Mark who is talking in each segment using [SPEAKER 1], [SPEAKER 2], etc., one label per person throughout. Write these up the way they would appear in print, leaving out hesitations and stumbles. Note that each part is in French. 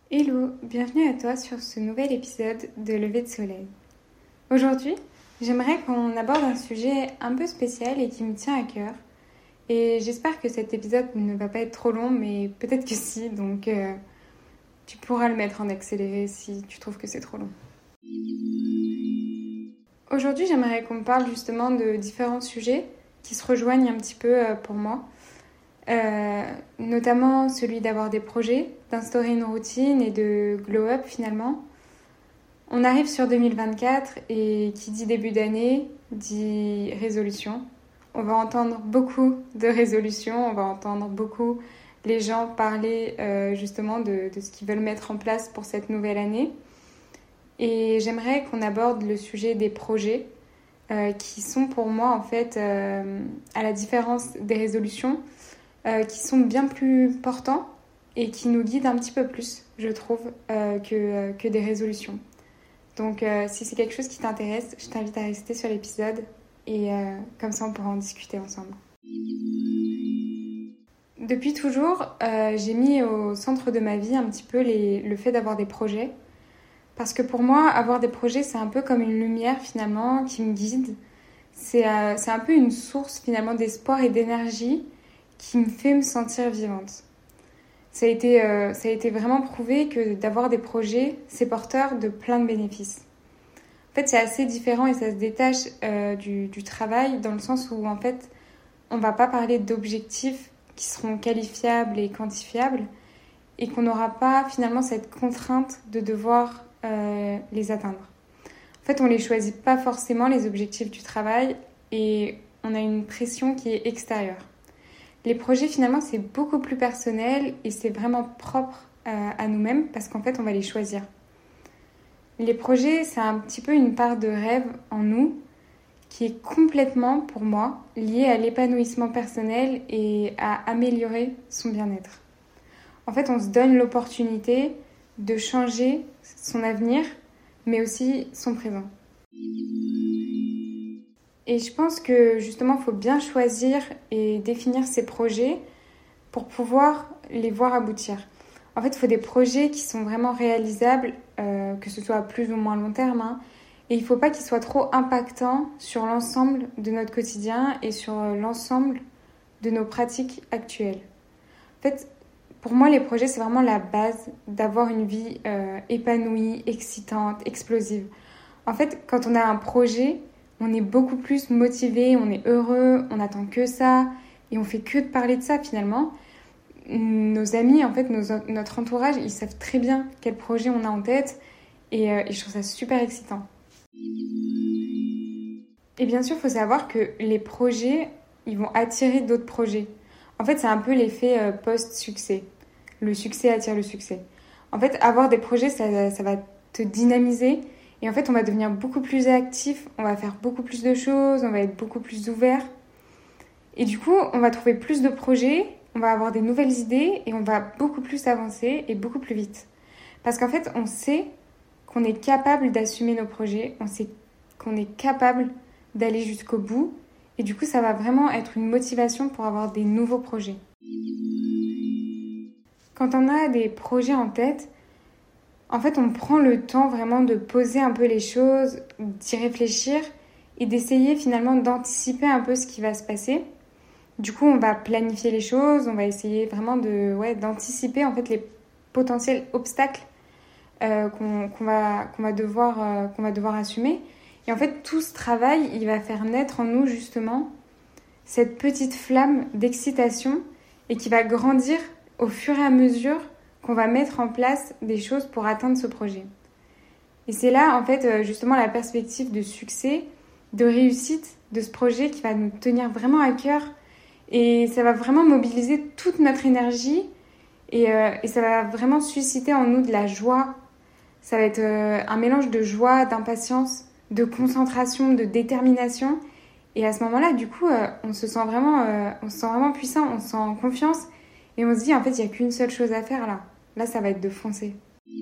[SPEAKER 1] Hello, bienvenue à toi sur ce nouvel épisode de Lever de Soleil. Aujourd'hui, j'aimerais qu'on aborde un sujet un peu spécial et qui me tient à cœur. Et j'espère que cet épisode ne va pas être trop long, mais peut-être que si, donc tu pourras le mettre en accéléré si tu trouves que c'est trop long. Aujourd'hui, j'aimerais qu'on parle justement de différents sujets qui se rejoignent un petit peu pour moi. Notamment celui d'avoir des projets, d'instaurer une routine et de glow up finalement. On arrive sur 2024 et qui dit début d'année dit résolution. On va entendre beaucoup de résolutions, on va entendre beaucoup les gens parler justement de ce qu'ils veulent mettre en place pour cette nouvelle année. Et j'aimerais qu'on aborde le sujet des projets qui sont pour moi en fait, à la différence des résolutions, qui sont bien plus portants et qui nous guident un petit peu plus, je trouve, que des résolutions. Donc si c'est quelque chose qui t'intéresse, je t'invite à rester sur l'épisode et comme ça on pourra en discuter ensemble. Depuis toujours, j'ai mis au centre de ma vie un petit peu le fait d'avoir des projets. Parce que pour moi, avoir des projets, c'est un peu comme une lumière finalement qui me guide. C'est un peu une source finalement d'espoir et d'énergie qui me fait me sentir vivante. Ça a été vraiment prouvé que d'avoir des projets, c'est porteur de plein de bénéfices. En fait, c'est assez différent et ça se détache du travail dans le sens où en fait, on ne va pas parler d'objectifs qui seront qualifiables et quantifiables et qu'on n'aura pas finalement cette contrainte de devoir les atteindre. En fait, on ne les choisit pas forcément, les objectifs du travail, et on a une pression qui est extérieure. Les projets, finalement, c'est beaucoup plus personnel et c'est vraiment propre à nous-mêmes parce qu'en fait, on va les choisir. Les projets, c'est un petit peu une part de rêve en nous qui est complètement, pour moi, liée à l'épanouissement personnel et à améliorer son bien-être. En fait, on se donne l'opportunité de changer son avenir, mais aussi son présent. Et je pense que justement, il faut bien choisir et définir ses projets pour pouvoir les voir aboutir. En fait, il faut des projets qui sont vraiment réalisables, que ce soit à plus ou moins long terme, hein, et il ne faut pas qu'ils soient trop impactants sur l'ensemble de notre quotidien et sur l'ensemble de nos pratiques actuelles. En fait, pour moi, les projets, c'est vraiment la base d'avoir une vie épanouie, excitante, explosive. En fait, quand on a un projet, on est beaucoup plus motivé, on est heureux, on n'attend que ça et on fait que de parler de ça finalement. Nos amis, en fait, notre entourage, ils savent très bien quel projet on a en tête et je trouve ça super excitant. Et bien sûr, il faut savoir que les projets, ils vont attirer d'autres projets. En fait, c'est un peu l'effet post-succès. Le succès attire le succès. En fait, avoir des projets, ça va te dynamiser. Et en fait, on va devenir beaucoup plus actif, on va faire beaucoup plus de choses, on va être beaucoup plus ouvert. Et du coup, on va trouver plus de projets, on va avoir des nouvelles idées et on va beaucoup plus avancer et beaucoup plus vite. Parce qu'en fait, on sait qu'on est capable d'assumer nos projets, on sait qu'on est capable d'aller jusqu'au bout. Et du coup, ça va vraiment être une motivation pour avoir des nouveaux projets. Quand on a des projets en tête, en fait, on prend le temps vraiment de poser un peu les choses, d'y réfléchir et d'essayer finalement d'anticiper un peu ce qui va se passer. Du coup, on va planifier les choses, on va essayer vraiment d'anticiper en fait les potentiels obstacles qu'on va devoir assumer. Et en fait, tout ce travail, il va faire naître en nous justement cette petite flamme d'excitation et qui va grandir au fur et à mesure qu'on va mettre en place des choses pour atteindre ce projet. Et c'est là, en fait, justement la perspective de succès, de réussite de ce projet qui va nous tenir vraiment à cœur. Et ça va vraiment mobiliser toute notre énergie et ça va vraiment susciter en nous de la joie. Ça va être un mélange de joie, d'impatience, de concentration, de détermination. Et à ce moment-là, du coup, on se sent vraiment puissant, on se sent en confiance. Et on se dit, en fait, il n'y a qu'une seule chose à faire là. Là, ça va être de foncer.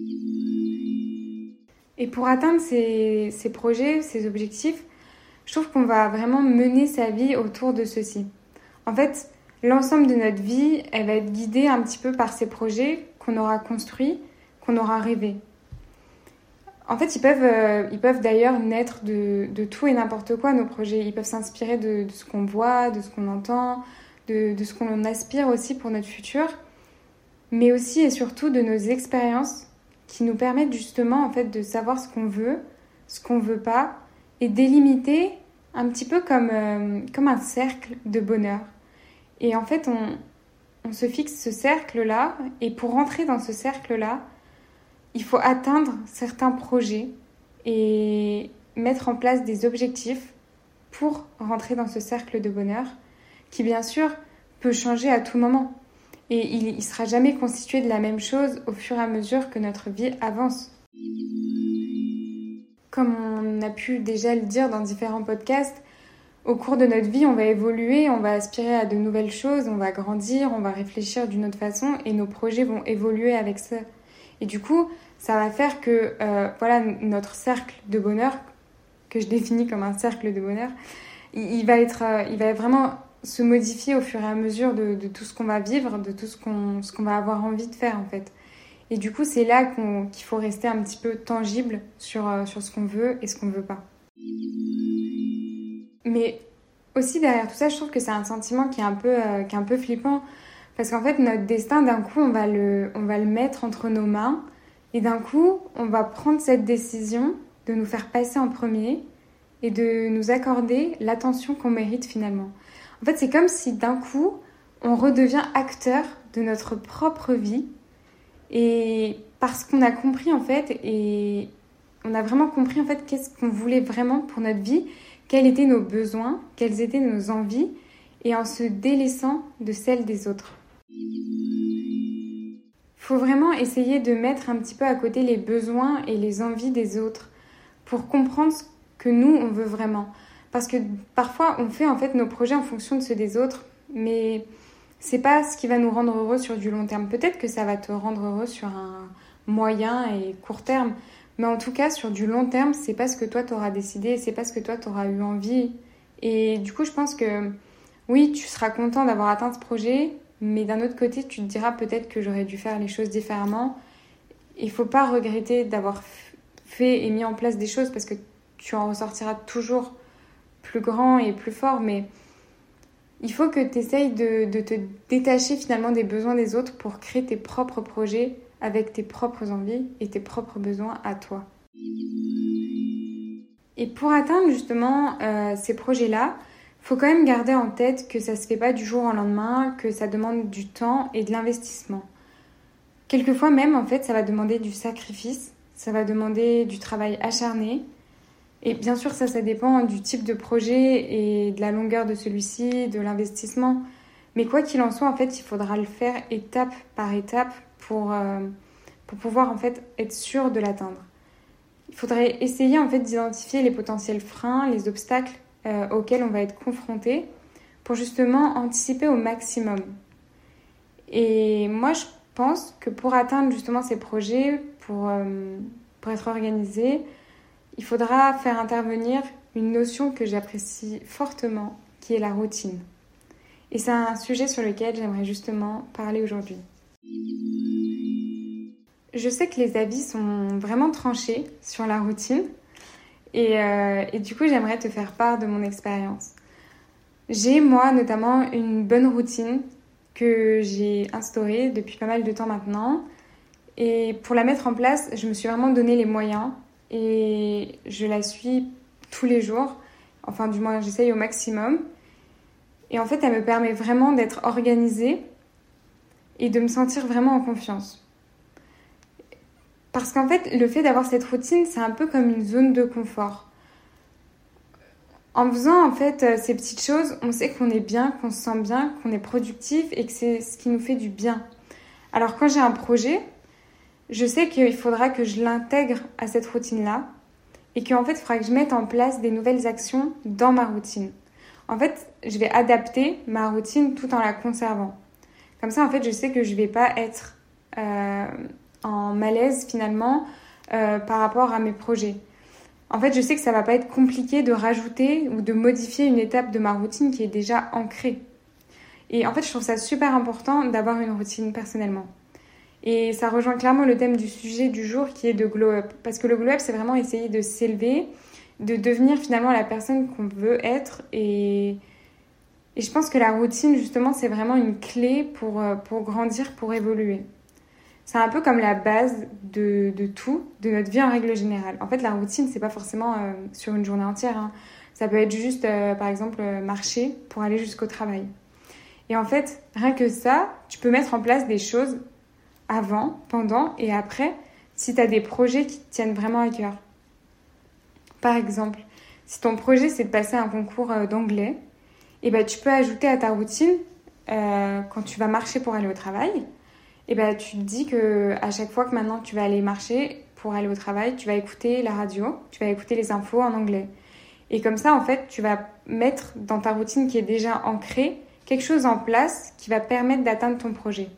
[SPEAKER 1] Et pour atteindre ces projets, ces objectifs, je trouve qu'on va vraiment mener sa vie autour de ceci. En fait, l'ensemble de notre vie, elle va être guidée un petit peu par ces projets qu'on aura construits, qu'on aura rêvé. En fait, ils peuvent d'ailleurs naître de tout et n'importe quoi, nos projets. Ils peuvent s'inspirer de ce qu'on voit, de ce qu'on entend, de ce qu'on aspire aussi pour notre futur, mais aussi et surtout de nos expériences qui nous permettent justement en fait de savoir ce qu'on veut pas, et délimiter un petit peu comme un cercle de bonheur. Et en fait, on se fixe ce cercle-là, et pour rentrer dans ce cercle-là, il faut atteindre certains projets et mettre en place des objectifs pour rentrer dans ce cercle de bonheur qui, bien sûr, peut changer à tout moment. Et il ne sera jamais constitué de la même chose au fur et à mesure que notre vie avance. Comme on a pu déjà le dire dans différents podcasts, au cours de notre vie, on va évoluer, on va aspirer à de nouvelles choses, on va grandir, on va réfléchir d'une autre façon et nos projets vont évoluer avec ça. Et du coup, ça va faire que notre cercle de bonheur, que je définis comme un cercle de bonheur, il va vraiment se modifier au fur et à mesure de tout ce qu'on va vivre, de tout ce qu'on va avoir envie de faire en fait. Et du coup, c'est là qu'il faut rester un petit peu tangible sur ce qu'on veut et ce qu'on veut pas. Mais aussi derrière tout ça, je trouve que c'est un sentiment qui est un peu flippant. Parce qu'en fait, notre destin, d'un coup, on va le mettre entre nos mains. Et d'un coup, on va prendre cette décision de nous faire passer en premier et de nous accorder l'attention qu'on mérite finalement. En fait, c'est comme si d'un coup, on redevient acteur de notre propre vie. Et parce qu'on a compris en fait, et on a vraiment compris en fait qu'est-ce qu'on voulait vraiment pour notre vie, quels étaient nos besoins, quelles étaient nos envies, et en se délaissant de celles des autres. Faut vraiment essayer de mettre un petit peu à côté les besoins et les envies des autres pour comprendre ce que nous, on veut vraiment. Parce que parfois, on fait en fait nos projets en fonction de ceux des autres, mais c'est pas ce qui va nous rendre heureux sur du long terme. Peut-être que ça va te rendre heureux sur un moyen et court terme, mais en tout cas, sur du long terme, c'est pas ce que toi t'auras décidé, c'est pas ce que toi t'auras eu envie. Et du coup, je pense que oui, tu seras content d'avoir atteint ce projet, mais d'un autre côté, tu te diras peut-être que j'aurais dû faire les choses différemment. Il faut pas regretter d'avoir fait et mis en place des choses parce que tu en ressortiras toujours plus grand et plus fort, mais il faut que tu essayes de te détacher finalement des besoins des autres pour créer tes propres projets avec tes propres envies et tes propres besoins à toi. Et pour atteindre justement ces projets-là, il faut quand même garder en tête que ça ne se fait pas du jour au lendemain, que ça demande du temps et de l'investissement. Quelquefois même, en fait, ça va demander du sacrifice, ça va demander du travail acharné. Et bien sûr, ça dépend du type de projet et de la longueur de celui-ci, de l'investissement. Mais quoi qu'il en soit, en fait, il faudra le faire étape par étape pour pouvoir en fait être sûr de l'atteindre. Il faudrait essayer en fait d'identifier les potentiels freins, les obstacles auxquels on va être confronté pour justement anticiper au maximum. Et moi, je pense que pour atteindre justement ces projets, pour être organisé, il faudra faire intervenir une notion que j'apprécie fortement, qui est la routine. Et c'est un sujet sur lequel j'aimerais justement parler aujourd'hui. Je sais que les avis sont vraiment tranchés sur la routine et du coup j'aimerais te faire part de mon expérience. J'ai moi notamment une bonne routine que j'ai instaurée depuis pas mal de temps maintenant et pour la mettre en place, je me suis vraiment donné les moyens et je la suis tous les jours, enfin du moins j'essaye au maximum. Et en fait, elle me permet vraiment d'être organisée et de me sentir vraiment en confiance. Parce qu'en fait, le fait d'avoir cette routine, c'est un peu comme une zone de confort. En faisant en fait ces petites choses, on sait qu'on est bien, qu'on se sent bien, qu'on est productif et que c'est ce qui nous fait du bien. Alors quand j'ai un projet, je sais qu'il faudra que je l'intègre à cette routine-là et qu'en fait, il faudra que je mette en place des nouvelles actions dans ma routine. En fait, je vais adapter ma routine tout en la conservant. Comme ça, en fait, je sais que je ne vais pas être en malaise finalement par rapport à mes projets. En fait, je sais que ça ne va pas être compliqué de rajouter ou de modifier une étape de ma routine qui est déjà ancrée. Et en fait, je trouve ça super important d'avoir une routine personnellement. Et ça rejoint clairement le thème du sujet du jour qui est de glow up. Parce que le glow up, c'est vraiment essayer de s'élever, de devenir finalement la personne qu'on veut être. Et je pense que la routine, justement, c'est vraiment une clé pour grandir, pour évoluer. C'est un peu comme la base de tout, de notre vie en règle générale. En fait, la routine, c'est pas forcément sur une journée entière, hein. Ça peut être juste, par exemple, marcher pour aller jusqu'au travail. Et en fait, rien que ça, tu peux mettre en place des choses avant, pendant et après si tu as des projets qui te tiennent vraiment à cœur. Par exemple, si ton projet, c'est de passer un concours d'anglais, et ben, tu peux ajouter à ta routine, quand tu vas marcher pour aller au travail, et ben, tu te dis que à chaque fois que maintenant tu vas aller marcher pour aller au travail, tu vas écouter la radio, tu vas écouter les infos en anglais. Et comme ça, en fait, tu vas mettre dans ta routine qui est déjà ancrée quelque chose en place qui va permettre d'atteindre ton projet.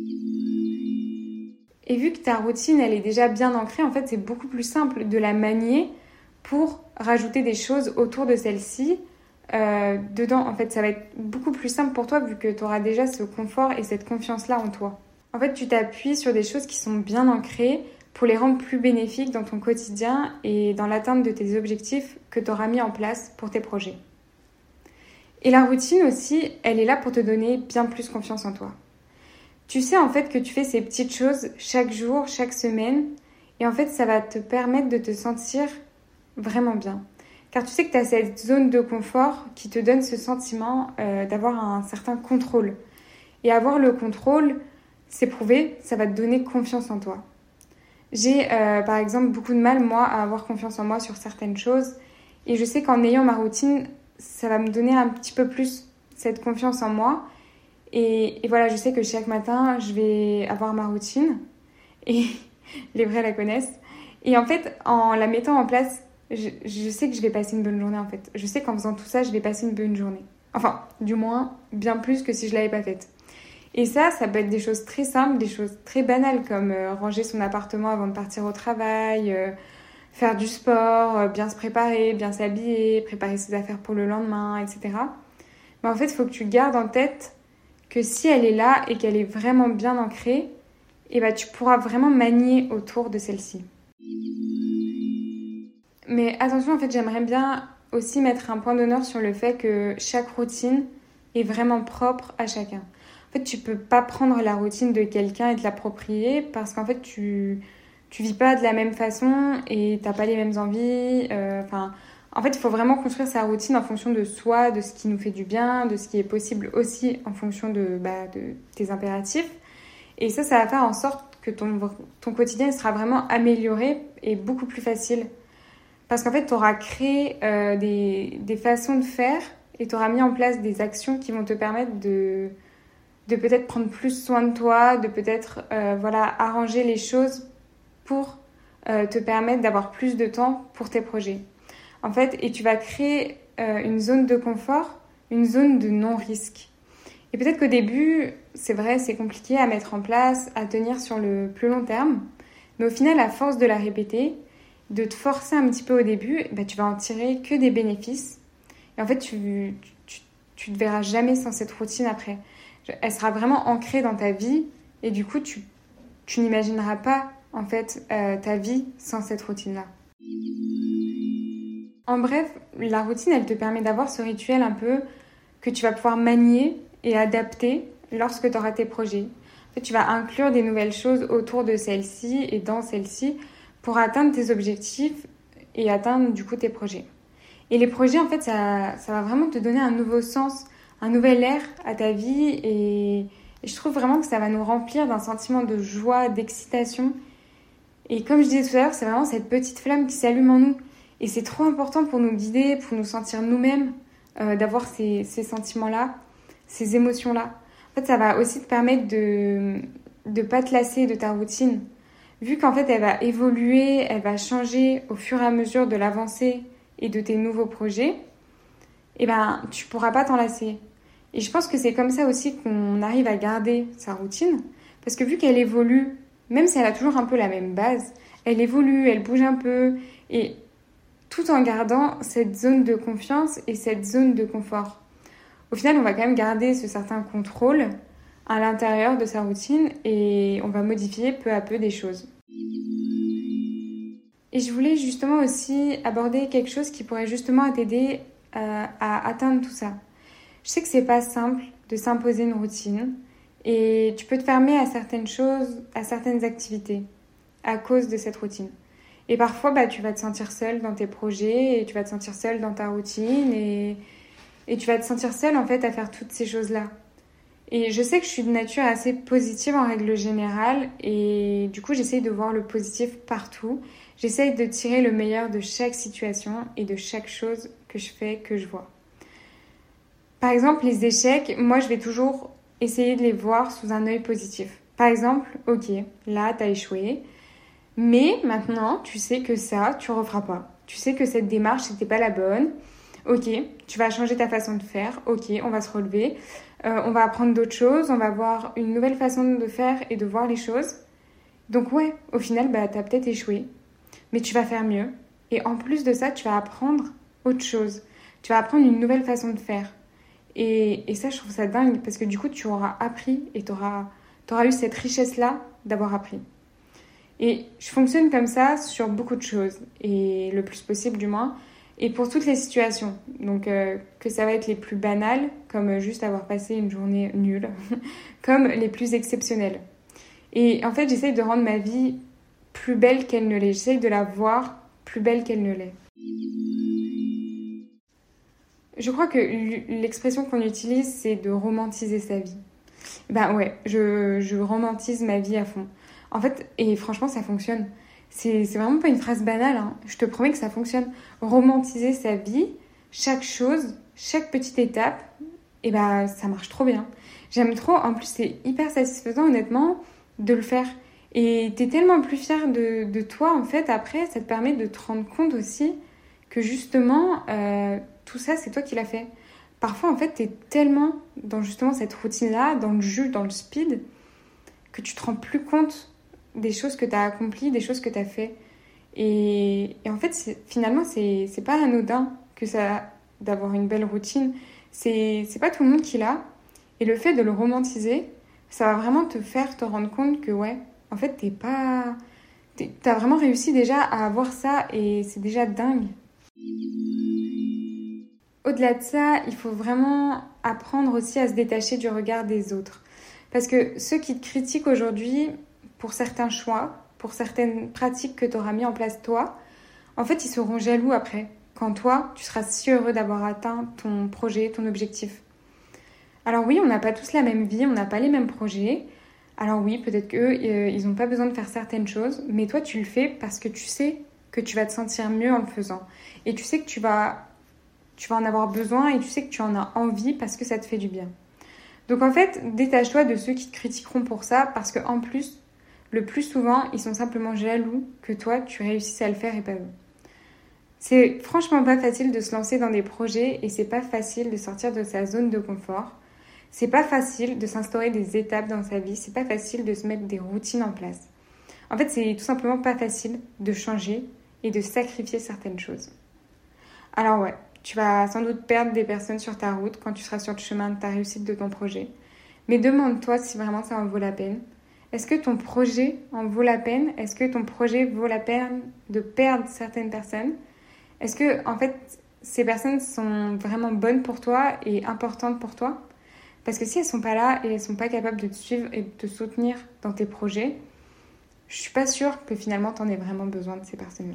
[SPEAKER 1] Et vu que ta routine, elle est déjà bien ancrée, en fait, c'est beaucoup plus simple de la manier pour rajouter des choses autour de celle-ci. Dedans, en fait, ça va être beaucoup plus simple pour toi vu que tu auras déjà ce confort et cette confiance-là en toi. En fait, tu t'appuies sur des choses qui sont bien ancrées pour les rendre plus bénéfiques dans ton quotidien et dans l'atteinte de tes objectifs que tu auras mis en place pour tes projets. Et la routine aussi, elle est là pour te donner bien plus confiance en toi. Tu sais en fait que tu fais ces petites choses chaque jour, chaque semaine, et en fait ça va te permettre de te sentir vraiment bien. Car tu sais que tu as cette zone de confort qui te donne ce sentiment d'avoir un certain contrôle. Et avoir le contrôle, c'est prouvé, ça va te donner confiance en toi. J'ai par exemple beaucoup de mal moi à avoir confiance en moi sur certaines choses, et je sais qu'en ayant ma routine, ça va me donner un petit peu plus cette confiance en moi. Et voilà, je sais que chaque matin, je vais avoir ma routine. Et les vrais la connaissent. Et en fait, en la mettant en place, je sais que je vais passer une bonne journée, en fait. Je sais qu'en faisant tout ça, je vais passer une bonne journée. Enfin, du moins, bien plus que si je ne l'avais pas faite. Et ça peut être des choses très simples, des choses très banales, comme ranger son appartement avant de partir au travail, faire du sport, bien se préparer, bien s'habiller, préparer ses affaires pour le lendemain, etc. Mais en fait, il faut que tu gardes en tête que si elle est là et qu'elle est vraiment bien ancrée, eh ben, tu pourras vraiment manier autour de celle-ci. Mais attention, en fait, j'aimerais bien aussi mettre un point d'honneur sur le fait que chaque routine est vraiment propre à chacun. En fait, tu peux pas prendre la routine de quelqu'un et te l'approprier parce qu'en fait, tu vis pas de la même façon et t'as pas les mêmes envies. En fait, il faut vraiment construire sa routine en fonction de soi, de ce qui nous fait du bien, de ce qui est possible aussi en fonction de tes impératifs. Et ça va faire en sorte que ton quotidien sera vraiment amélioré et beaucoup plus facile. Parce qu'en fait, tu auras créé des façons de faire et tu auras mis en place des actions qui vont te permettre de peut-être prendre plus soin de toi, de peut-être arranger les choses pour te permettre d'avoir plus de temps pour tes projets. En fait, et tu vas créer une zone de confort, une zone de non-risque. Et peut-être qu'au début, c'est vrai, c'est compliqué à mettre en place, à tenir sur le plus long terme. Mais au final, à force de la répéter, de te forcer un petit peu au début, tu vas en tirer que des bénéfices. Et en fait, tu te verras jamais sans cette routine après. Elle sera vraiment ancrée dans ta vie. Et du coup, tu n'imagineras pas, en fait, ta vie sans cette routine-là. En bref, la routine, elle te permet d'avoir ce rituel un peu que tu vas pouvoir manier et adapter lorsque tu auras tes projets. En fait, tu vas inclure des nouvelles choses autour de celle-ci et dans celle-ci pour atteindre tes objectifs et atteindre du coup tes projets. Et les projets, en fait, ça va vraiment te donner un nouveau sens, un nouvel air à ta vie et je trouve vraiment que ça va nous remplir d'un sentiment de joie, d'excitation. Et comme je disais tout à l'heure, c'est vraiment cette petite flamme qui s'allume en nous. Et c'est trop important pour nous guider, pour nous sentir nous-mêmes, d'avoir ces sentiments-là, ces émotions-là. En fait, ça va aussi te permettre de ne pas te lasser de ta routine. Vu qu'en fait, elle va évoluer, elle va changer au fur et à mesure de l'avancée et de tes nouveaux projets, tu ne pourras pas t'en lasser. Et je pense que c'est comme ça aussi qu'on arrive à garder sa routine. Parce que vu qu'elle évolue, même si elle a toujours un peu la même base, elle évolue, elle bouge un peu, et tout en gardant cette zone de confiance et cette zone de confort. Au final, on va quand même garder ce certain contrôle, à l'intérieur de sa routine et on va modifier peu à peu des choses. Et je voulais justement aussi aborder quelque chose qui pourrait justement t'aider à atteindre tout ça. Je sais que c'est pas simple de s'imposer une routine et tu peux te fermer à certaines choses, à certaines activités à cause de cette routine. Et parfois, tu vas te sentir seule dans tes projets et tu vas te sentir seule dans ta routine et tu vas te sentir seule en fait à faire toutes ces choses-là. Et je sais que je suis de nature assez positive en règle générale et du coup j'essaye de voir le positif partout. J'essaye de tirer le meilleur de chaque situation et de chaque chose que je fais, que je vois. Par exemple, les échecs, moi je vais toujours essayer de les voir sous un œil positif. Par exemple, ok, là t'as échoué, mais maintenant tu sais que ça, tu referas pas. Tu sais que cette démarche c'était pas la bonne. Ok, tu vas changer ta façon de faire. Ok, on va se relever. On va apprendre d'autres choses. On va voir une nouvelle façon de faire et de voir les choses. Donc ouais, au final, t'as peut-être échoué. Mais tu vas faire mieux. Et en plus de ça, tu vas apprendre autre chose. Tu vas apprendre une nouvelle façon de faire. Et ça, je trouve ça dingue. Parce que du coup, tu auras appris et tu auras eu cette richesse-là d'avoir appris. Et je fonctionne comme ça sur beaucoup de choses. Et le plus possible, du moins. Et pour toutes les situations, donc que ça va être les plus banales, comme juste avoir passé une journée nulle, comme les plus exceptionnelles. Et en fait, j'essaye de rendre ma vie plus belle qu'elle ne l'est. J'essaye de la voir plus belle qu'elle ne l'est. Je crois que l'expression qu'on utilise, c'est de romantiser sa vie. Ben ouais, je romantise ma vie à fond. En fait, et franchement, ça fonctionne. C'est vraiment pas une phrase banale, hein. Je te promets que ça fonctionne. Romantiser sa vie, chaque chose, chaque petite étape, et ça marche trop bien. J'aime trop, en plus c'est hyper satisfaisant honnêtement de le faire. Et t'es tellement plus fière de toi en fait après, ça te permet de te rendre compte aussi que justement tout ça c'est toi qui l'as fait. Parfois en fait t'es tellement dans justement cette routine-là, dans le jus, dans le speed, que tu te rends plus compte des choses que tu as accomplies, des choses que tu as fait. Et en fait, finalement, c'est pas anodin que ça d'avoir une belle routine. C'est pas tout le monde qui l'a. Et le fait de le romantiser, ça va vraiment te faire te rendre compte que, ouais, en fait, t'as vraiment réussi déjà à avoir ça et c'est déjà dingue. Au-delà de ça, il faut vraiment apprendre aussi à se détacher du regard des autres. Parce que ceux qui te critiquent aujourd'hui, pour certains choix, pour certaines pratiques que tu auras mis en place toi, en fait, ils seront jaloux après, quand toi, tu seras si heureux d'avoir atteint ton projet, ton objectif. Alors oui, on n'a pas tous la même vie, on n'a pas les mêmes projets. Alors oui, peut-être qu'eux, ils n'ont pas besoin de faire certaines choses, mais toi, tu le fais parce que tu sais que tu vas te sentir mieux en le faisant. Et tu sais que tu vas en avoir besoin et tu sais que tu en as envie parce que ça te fait du bien. Donc en fait, détache-toi de ceux qui te critiqueront pour ça parce qu'en plus, le plus souvent, ils sont simplement jaloux que toi, tu réussisses à le faire et pas eux. C'est franchement pas facile de se lancer dans des projets et c'est pas facile de sortir de sa zone de confort. C'est pas facile de s'instaurer des étapes dans sa vie, c'est pas facile de se mettre des routines en place. En fait, c'est tout simplement pas facile de changer et de sacrifier certaines choses. Alors ouais, tu vas sans doute perdre des personnes sur ta route quand tu seras sur le chemin de ta réussite de ton projet. Mais demande-toi si vraiment ça en vaut la peine. Est-ce que ton projet en vaut la peine? Est-ce que ton projet vaut la peine de perdre certaines personnes? Est-ce que, en fait, ces personnes sont vraiment bonnes pour toi et importantes pour toi? Parce que si elles sont pas là et elles sont pas capables de te suivre et de te soutenir dans tes projets, je suis pas sûre que finalement tu en aies vraiment besoin de ces personnes-là.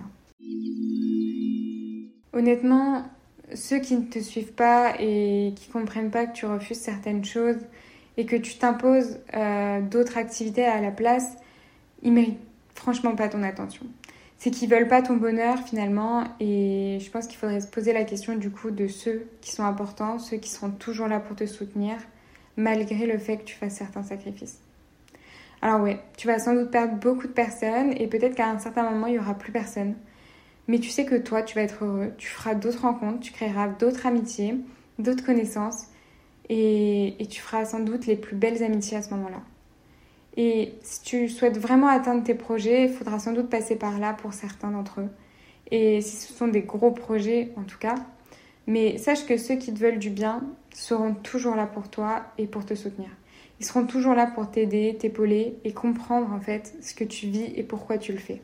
[SPEAKER 1] Honnêtement, ceux qui ne te suivent pas et qui comprennent pas que tu refuses certaines choses et que tu t'imposes d'autres activités à la place, ils méritent franchement pas ton attention. C'est qu'ils veulent pas ton bonheur finalement et je pense qu'il faudrait se poser la question du coup de ceux qui sont importants, ceux qui seront toujours là pour te soutenir malgré le fait que tu fasses certains sacrifices. Alors ouais, tu vas sans doute perdre beaucoup de personnes et peut-être qu'à un certain moment il y aura plus personne. Mais tu sais que toi, tu vas être heureux, tu feras d'autres rencontres, tu créeras d'autres amitiés, d'autres connaissances et tu feras sans doute les plus belles amitiés à ce moment-là. Et si tu souhaites vraiment atteindre tes projets, il faudra sans doute passer par là pour certains d'entre eux. Et si ce sont des gros projets, en tout cas, mais sache que ceux qui te veulent du bien seront toujours là pour toi et pour te soutenir. Ils seront toujours là pour t'aider, t'épauler et comprendre en fait ce que tu vis et pourquoi tu le fais.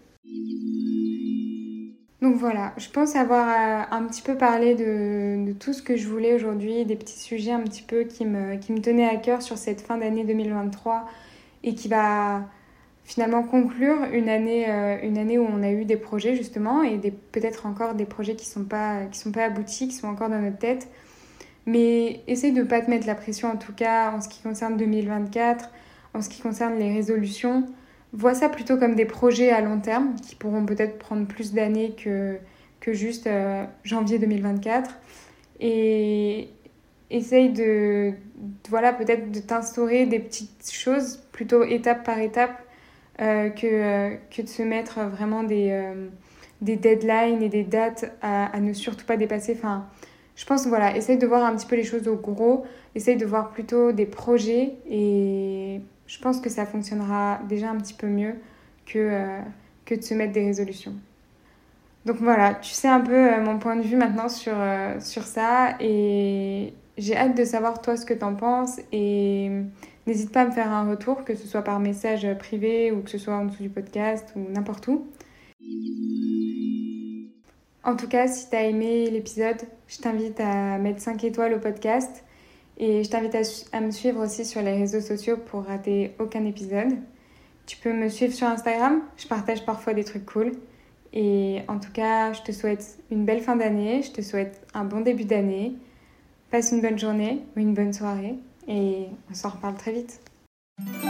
[SPEAKER 1] Donc voilà, je pense avoir un petit peu parlé de tout ce que je voulais aujourd'hui, des petits sujets un petit peu qui me tenaient à cœur sur cette fin d'année 2023 et qui va finalement conclure une année où on a eu des projets justement et peut-être encore des projets qui sont pas aboutis, qui sont encore dans notre tête. Mais essaye de ne pas te mettre la pression en tout cas en ce qui concerne 2024, en ce qui concerne les résolutions. Vois ça plutôt comme des projets à long terme qui pourront peut-être prendre plus d'années que juste janvier 2024. Et essaye voilà, peut-être de t'instaurer des petites choses plutôt étape par étape que de se mettre vraiment des deadlines et des dates à ne surtout pas dépasser. Enfin, je pense, voilà, essaye de voir un petit peu les choses au gros, essaye de voir plutôt des projets et je pense que ça fonctionnera déjà un petit peu mieux que de se mettre des résolutions. Donc voilà, tu sais un peu mon point de vue maintenant sur ça et j'ai hâte de savoir toi ce que t'en penses et n'hésite pas à me faire un retour, que ce soit par message privé ou que ce soit en dessous du podcast ou n'importe où. En tout cas, si t'as aimé l'épisode, je t'invite à mettre 5 étoiles au podcast et je t'invite à me suivre aussi sur les réseaux sociaux pour rater aucun épisode. Tu peux me suivre sur Instagram, je partage parfois des trucs cool. Et en tout cas, je te souhaite une belle fin d'année, je te souhaite un bon début d'année. Passe une bonne journée ou une bonne soirée et on s'en reparle très vite.